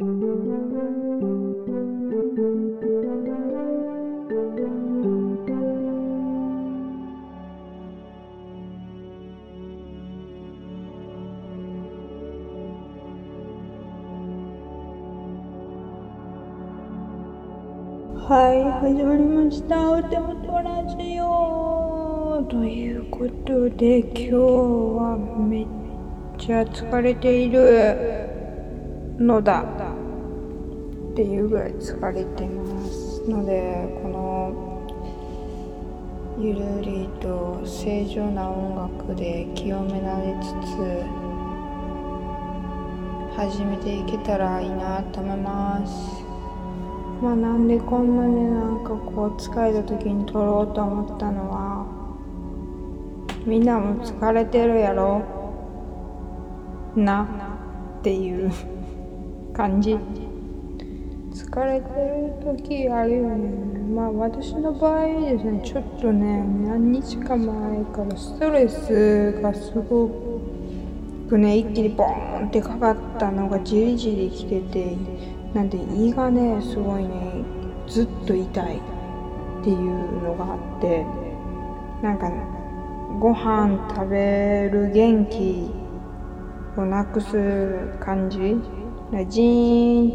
はい、始まりました。お手元ラジオということで、今日はめっちゃ疲れているのだっていうぐらい疲れてますので、このゆるりと正常な音楽で清められつつ始めていけたらいいなと思います。なんでこんなに疲れた時に撮ろうと思ったのは、みんなも疲れてるやろなっていう感じ。疲れてる時あるよね。私の場合ですね、ちょっとね、何日か前からストレスがすごくね、一気にボーンってかかったのがじりじりきてて、なんで胃がね、すごいね、ずっと痛いっていうのがあって、ご飯食べる元気をなくす感じ、ジー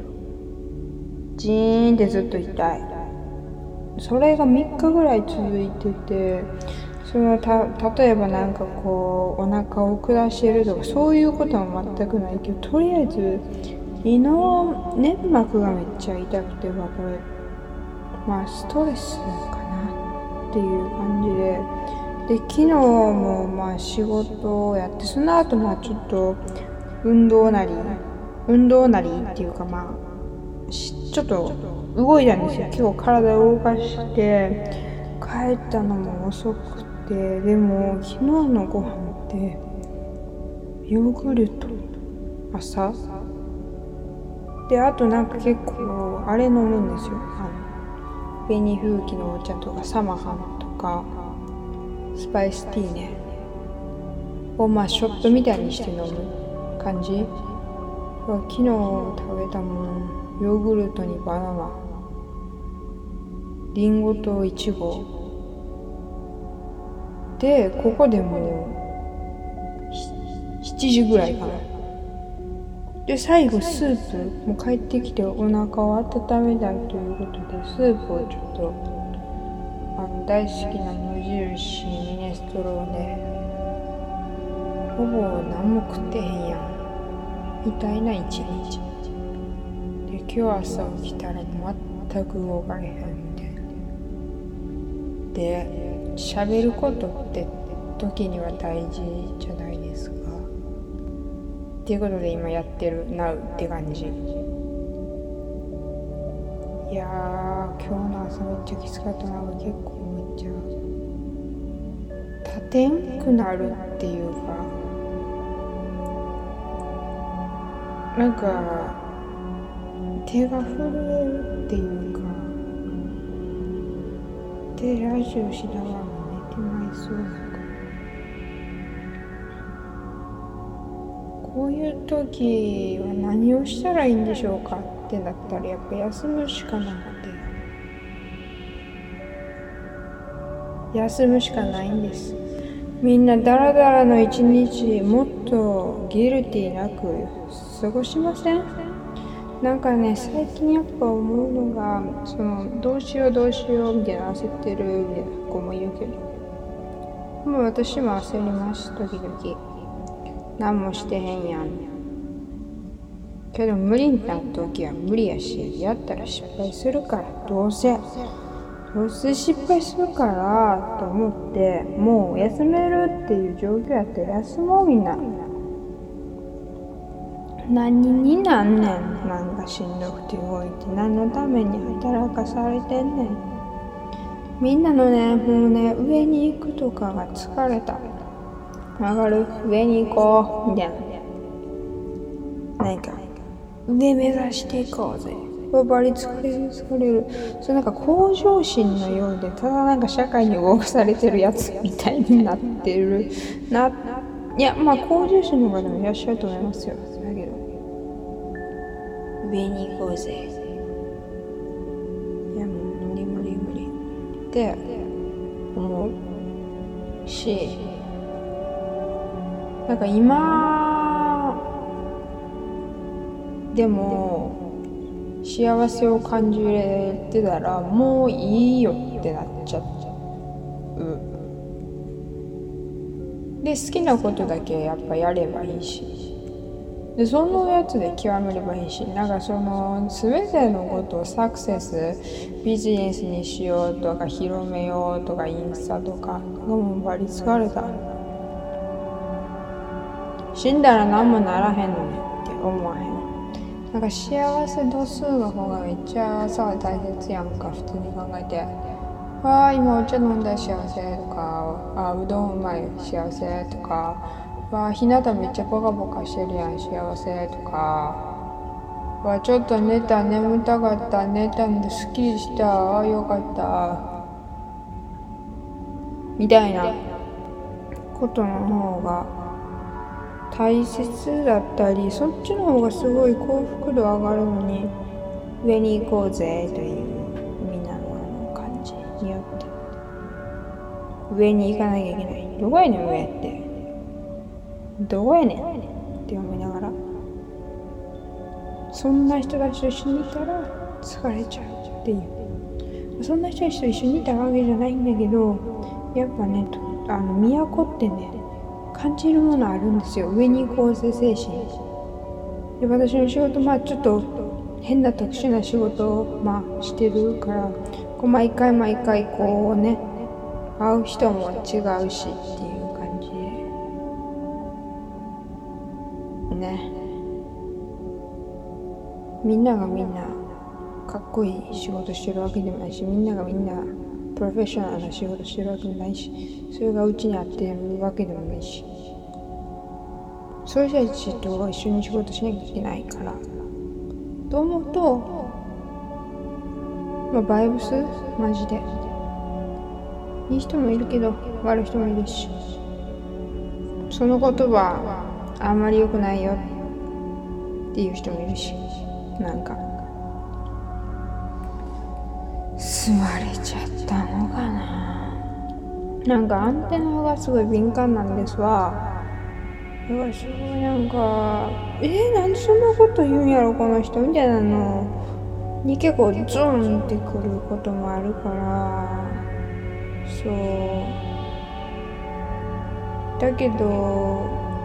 ンってずっと痛い。それが3日ぐらい続いてて、例えばお腹を下してるとかそういうことも全くないけど、とりあえず胃の粘膜がめっちゃ痛くて、これストレスかなっていう感じで、昨日も仕事をやって、その後ちょっと運動なりっていうかちょっと動いたんですよ。結構体を動かして帰ったのも遅くて、でも昨日のご飯ってヨーグルト朝で、あと結構あれ飲むんですよ。紅風紀のお茶とかサマハンとかスパイスティーねをショットみたいにして飲む感じ。昨日食べたもん、ヨーグルトにバナナ、リンゴとイチゴで、ここでもう7時ぐらいかな。で、最後スープ、もう帰ってきてお腹を温めたいということで、スープをちょっと大好きな無印ミネストローネ、ほぼ何も食ってへんやんみたいな一日で、今日朝起きたら全く動かれへんみたいな。で、喋ることって時には大事じゃないですかっていうことで、今やってる Now って感じ。いやー、今日の朝めっちゃきつかったな。結構めっちゃ立てんくなるっていうか、手が震えるっていうか、でラジオしながら寝てまいそうだから、こういう時は何をしたらいいんでしょうかってなったら、やっぱ休むしかなくて、休むしかないんです。みんなダラダラの一日、もっとギルティなく過ごしません？最近やっぱ思うのが、どうしようみたいな、焦ってるみたいな子もいるけど、もう私も焦ります、時々。何もしてへんやんけど、無理な時は無理やし、やったら失敗するから、どうせ失敗するからと思って、もう休めるっていう状況やったら休もう。みんな何になんねん。しんどくて動いて何のために働かされてんねん。みんなのね、もうね、上に行くとかが疲れた。わかる？上に行こうみたいな、上目指していこうぜ。バリ疲れる。向上心のようで、ただ社会に動かされてるやつみたいになってるいや、向上心の方がでもいらっしゃると思いますよ。だけど上に行こうぜ。いやもう無理無理無理って思うし、なんか今でも幸せを感じれてたらもういいよってなっちゃう。で好きなことだけやっぱやればいいし、でそのやつで極めればいいし、なんかその全てのことをサクセスビジネスにしようとか広めようとかインスタとかもうバリ疲れた。死んだら何もならへんのねって思わへん。なんか幸せ度数の方がめっちゃさ大切やんか、普通に考えて。わあ今お茶飲んだ幸せとか、うどんうまい幸せとか、わあ日向めっちゃポカポカしてるやん幸せとか、わあちょっと寝た眠たかった寝たんですっきりしたよかったみたいなことの方が大切だったり、そっちの方がすごい幸福度上がるのに、上に行こうぜというみんなの感じによって上に行かなきゃいけない。どこやねん上ってどこやねんって思いながら、そんな人たちと一緒にいたら疲れちゃうっていう。そんな人たちと一緒にいたわけじゃないんだけど、やっぱね都ってね感じるものあるんですよ。上に行こうぜ精神で、私の仕事ちょっと変な特殊な仕事をしてるから、こう毎回こうね会う人も違うしっていう感じでね、みんながみんなかっこいい仕事してるわけでもないし、みんながみんなプロフェッショナルな仕事してるわけでもないし、それがうちに合ってるわけでもないし、そういう人たちと一緒に仕事しなきゃいけないからと思うと、バイブスマジでいい人もいるけど悪い人もいるし、その言葉あんまり良くないよっていう人もいるし、なんか吸われちゃったのかな。なんかアンテナがすごい敏感なんですわ。だからすごいなんかなんでそんなこと言うんやろこの人みたいなのに結構ズンってくることもあるから、そうだけど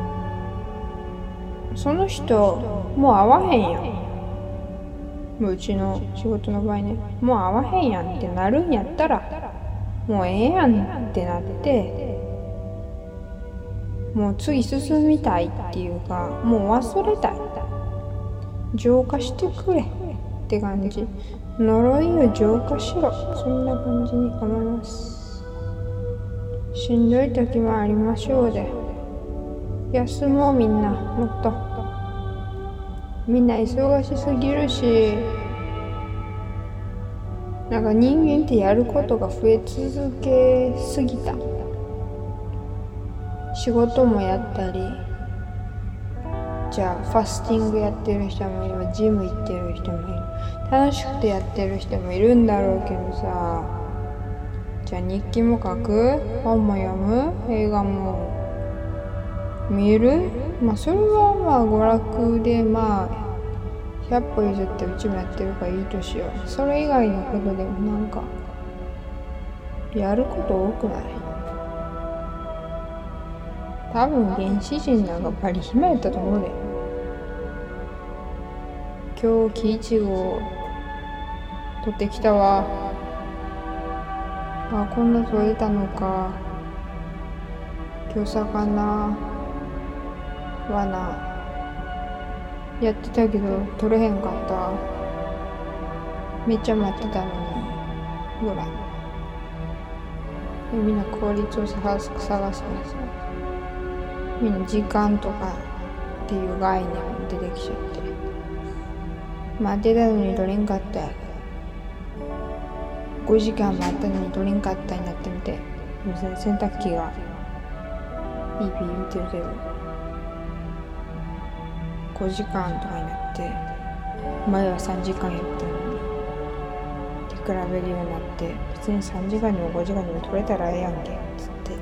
その人もう会わへんやん。もううちの仕事の場合ね、もう会わへんやんってなるんやったらもうええやんってなって、もう次進みたいっていうか、もう忘れたい、浄化してくれって感じ。呪いを浄化しろ、そんな感じに思います。しんどい時もありましょうで、休もう。みんなもっと、みんな忙しすぎるし、なんか人間ってやることが増え続けすぎた。仕事もやったり、じゃあファスティングやってる人もいればジム行ってる人もいる、楽しくてやってる人もいるんだろうけどさ、じゃあ日記も書く、本も読む、映画も見る、それは娯楽で100歩譲ってうちもやってるからいいとしよう。それ以外のことでもなんかやること多くない？多分原始人なんかバリ暇やったと思うで。今日木いちご取ってきたわ。こんな取れたのか。今日魚罠やってたけど取れへんかった。めっちゃ待ってたのにぐらい。みんな効率を探すんですよ。みんな時間とかっていう概念も出てきちゃって、待ってたのに取れんかった。5時間待ったのに取れんかったになってみて、洗濯機がピーピー言ってるけど5時間とかになって前は3時間やったのにって比べるようになって、別に3時間にも5時間にも取れたらええやんけっつって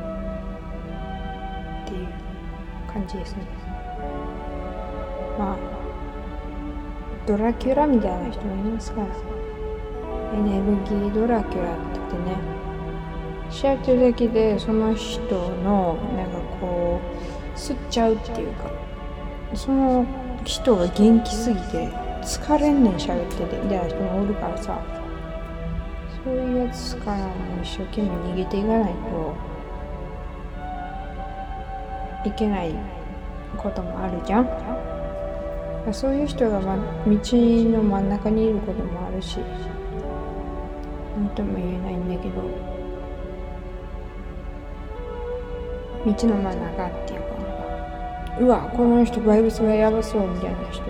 っていう感じですね。まあドラキュラみたいな人もいますから、エネルギードラキュラって言ってね、試合ってるだけでその人のなんかこう吸っちゃうっていうか、その人が元気すぎて疲れんねん喋っててみたいな人もおるからさ、そういうやつからも一生懸命逃げていかないといけないこともあるじゃん。そういう人が、道の真ん中にいることもあるし、なんとも言えないんだけど、道の真ん中っていうか、うわこの人バイブスがやばそうみたいな人、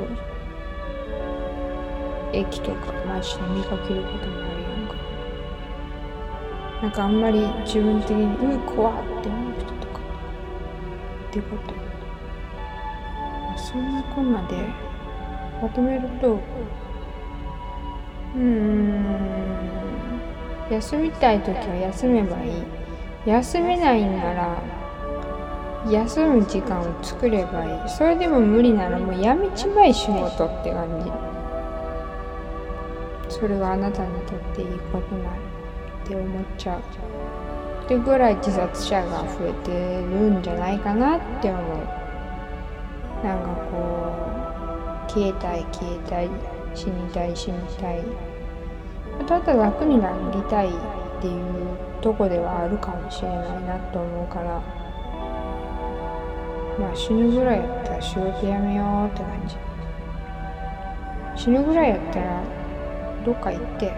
駅とか街で見かけることもあるやんか。なんかあんまり自分的に怖って思う人とかってこと、そんなこんなでまとめると、休みたいときは休めばいい。休めないんなら休む時間を作ればいい。それでも無理ならもうやめちまい仕事って感じ。それがあなたにとっていいことなるって思っちゃうってぐらい自殺者が増えてるんじゃないかなって思う。なんかこう消えたい死にたいただ楽になりたいっていうとこではあるかもしれないなと思うから、死ぬぐらいやったら仕事やめようって感じ。死ぬぐらいやったらどっか行って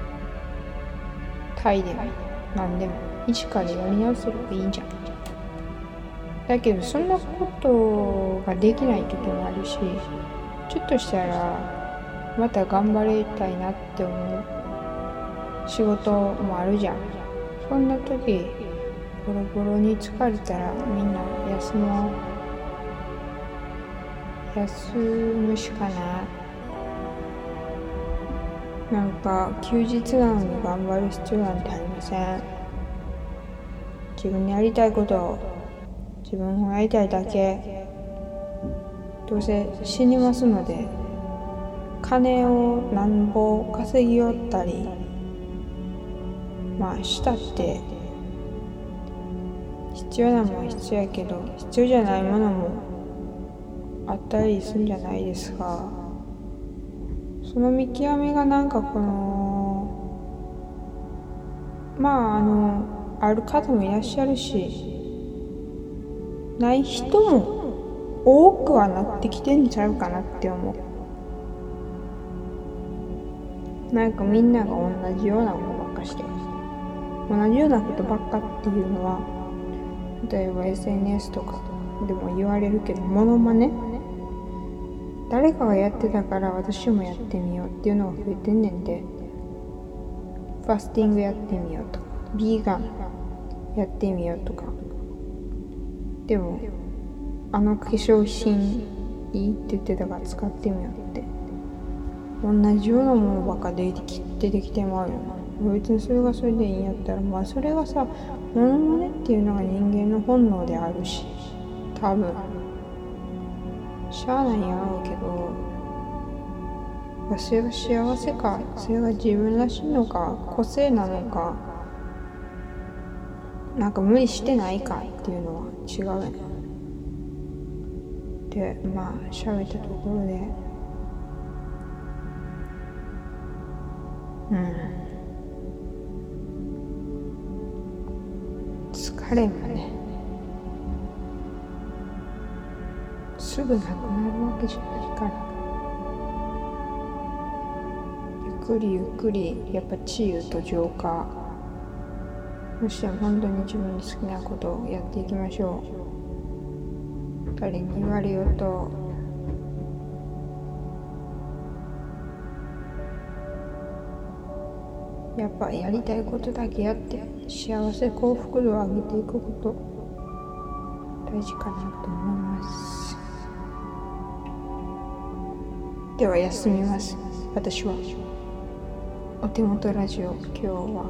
タイでも何でも一からやり直せればいいんじゃん。だけどそんなことができない時もあるし、ちょっとしたらまた頑張りたいなって思う仕事もあるじゃん。そんな時ボロボロに疲れたらみんな休むしかない。なんか休日なのに頑張る必要なんてありません。自分にやりたいことを自分がやりたいだけ。どうせ死にますので、金をなんぼ稼ぎよったりしたって必要なものは必要やけど、必要じゃないものもあったりするんじゃないですか。その見極めがなんかこのある方もいらっしゃるし、ない人も多くはなってきてんちゃうかなって思う。なんかみんなが同じようなものばっかして、同じようなことばっかっていうのは、例えば SNS とかでも言われるけど、モノマネ、誰かがやってたから私もやってみようっていうのが増えてんねんで、ファスティングやってみようとか、ビーガンやってみようとか。でも化粧品いいって言ってたから使ってみようって、同じようなものばっか出てきてまうよな。別にそれがそれでいいんやったら、それがさ、モノマネっていうのが人間の本能であるし、多分しゃあないんやろうけど、それが幸せか、それが自分らしいのか、個性なのか、なんか無理してないかっていうのは違うよね。で喋ったところで、疲れもね、すぐなくなるわけじゃないから、ゆっくりやっぱ治癒と浄化、そして本当に自分の好きなことをやっていきましょう。誰に言われようとやっぱやりたいことだけやって幸せ幸福度を上げていくこと大事かなと思います。 では休みます。私は。お手元ラジオ、今日は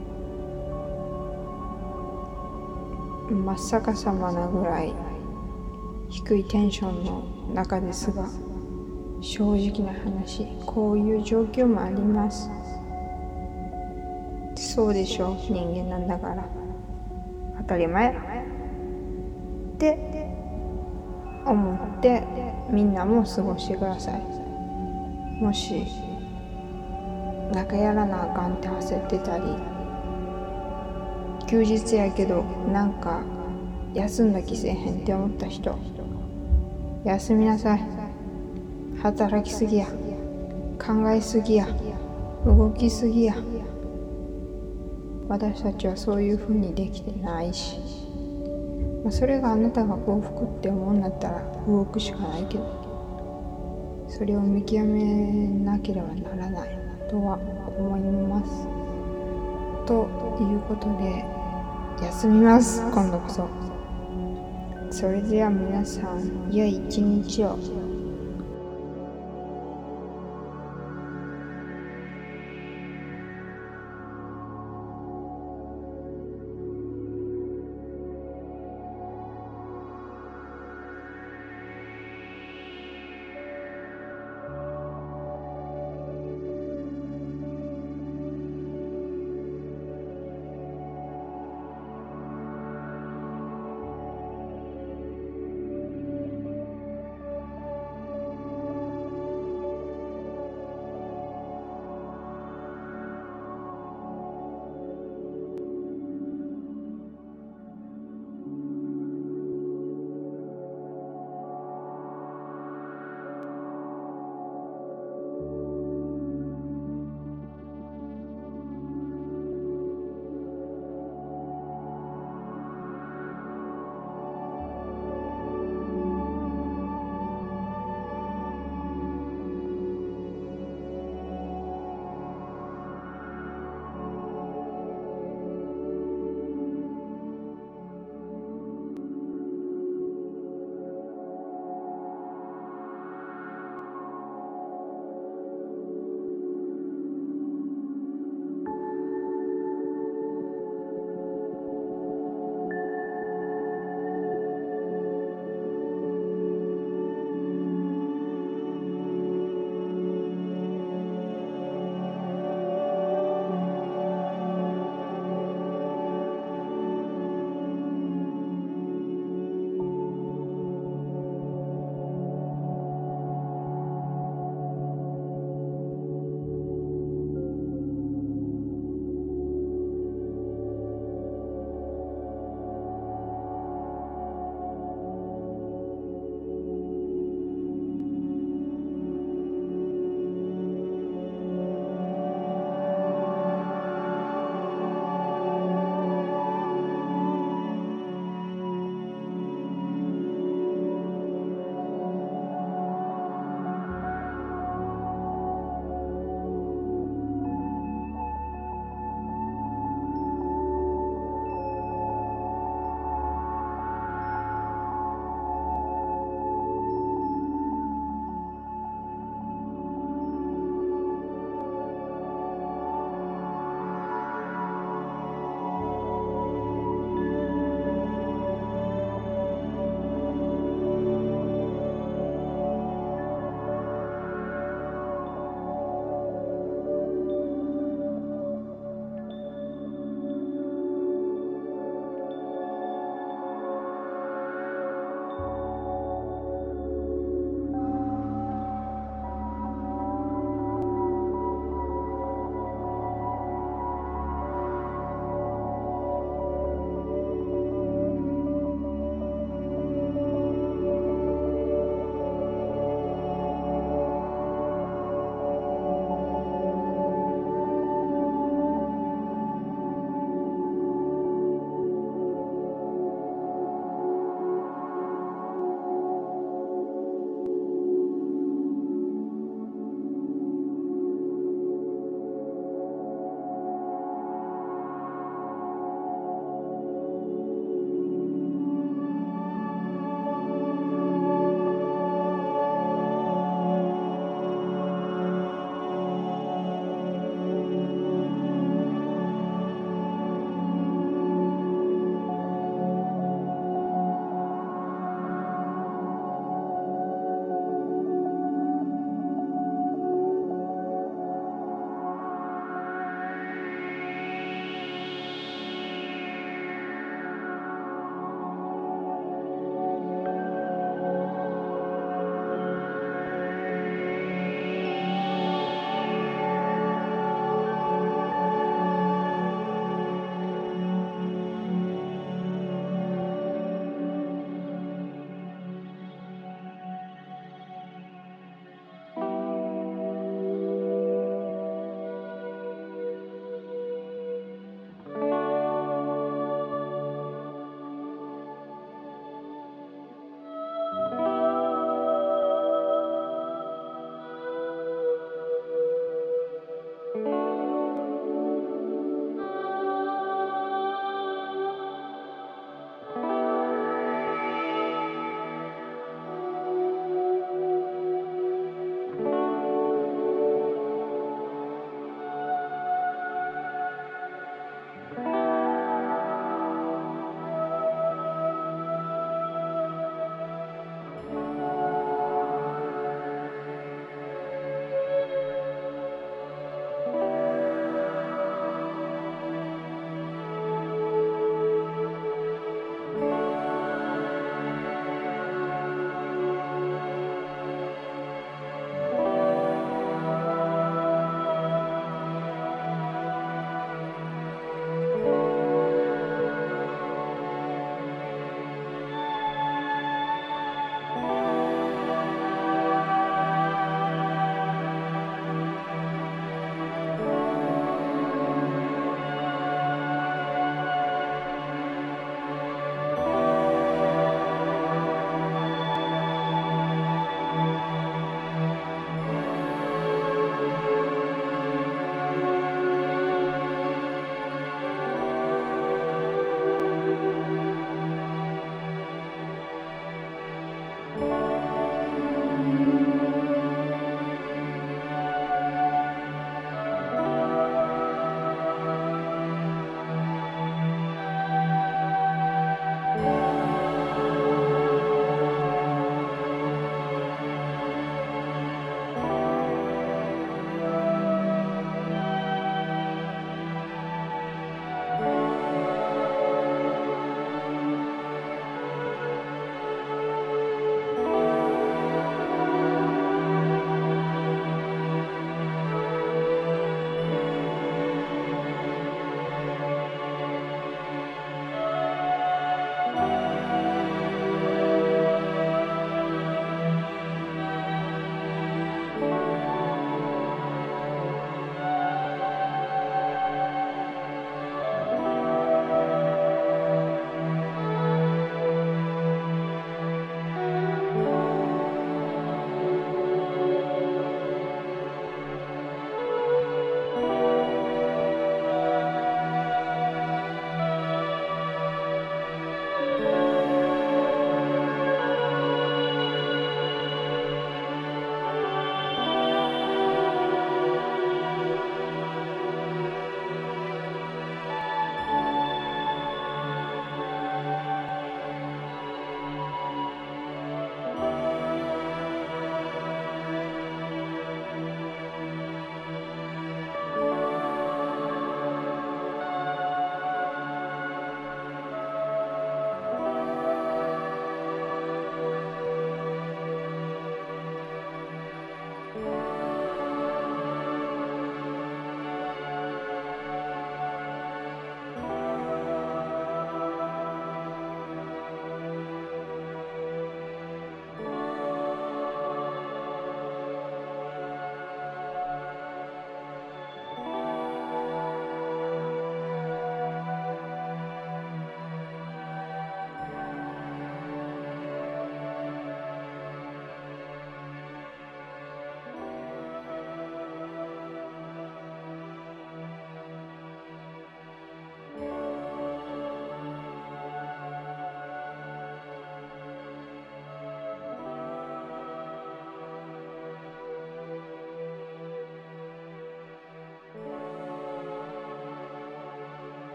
真っ逆さまなぐらい低いテンションの中ですが、正直な話、こういう状況もあります。そうでしょう、人間なんだから当たり前って思ってみんなも過ごしてください。もしなんかやらなあかんって焦ってたり、休日やけどなんか休んだ気せえへんって思った人、休みなさい。働きすぎや、考えすぎや、動きすぎや。私たちはそういう風にできてないし、それがあなたが幸福って思うんだったら動くしかないけど、それを見極めなければならないとは思います。ということで休みます、今度こそ。それでは皆さん、良い一日を。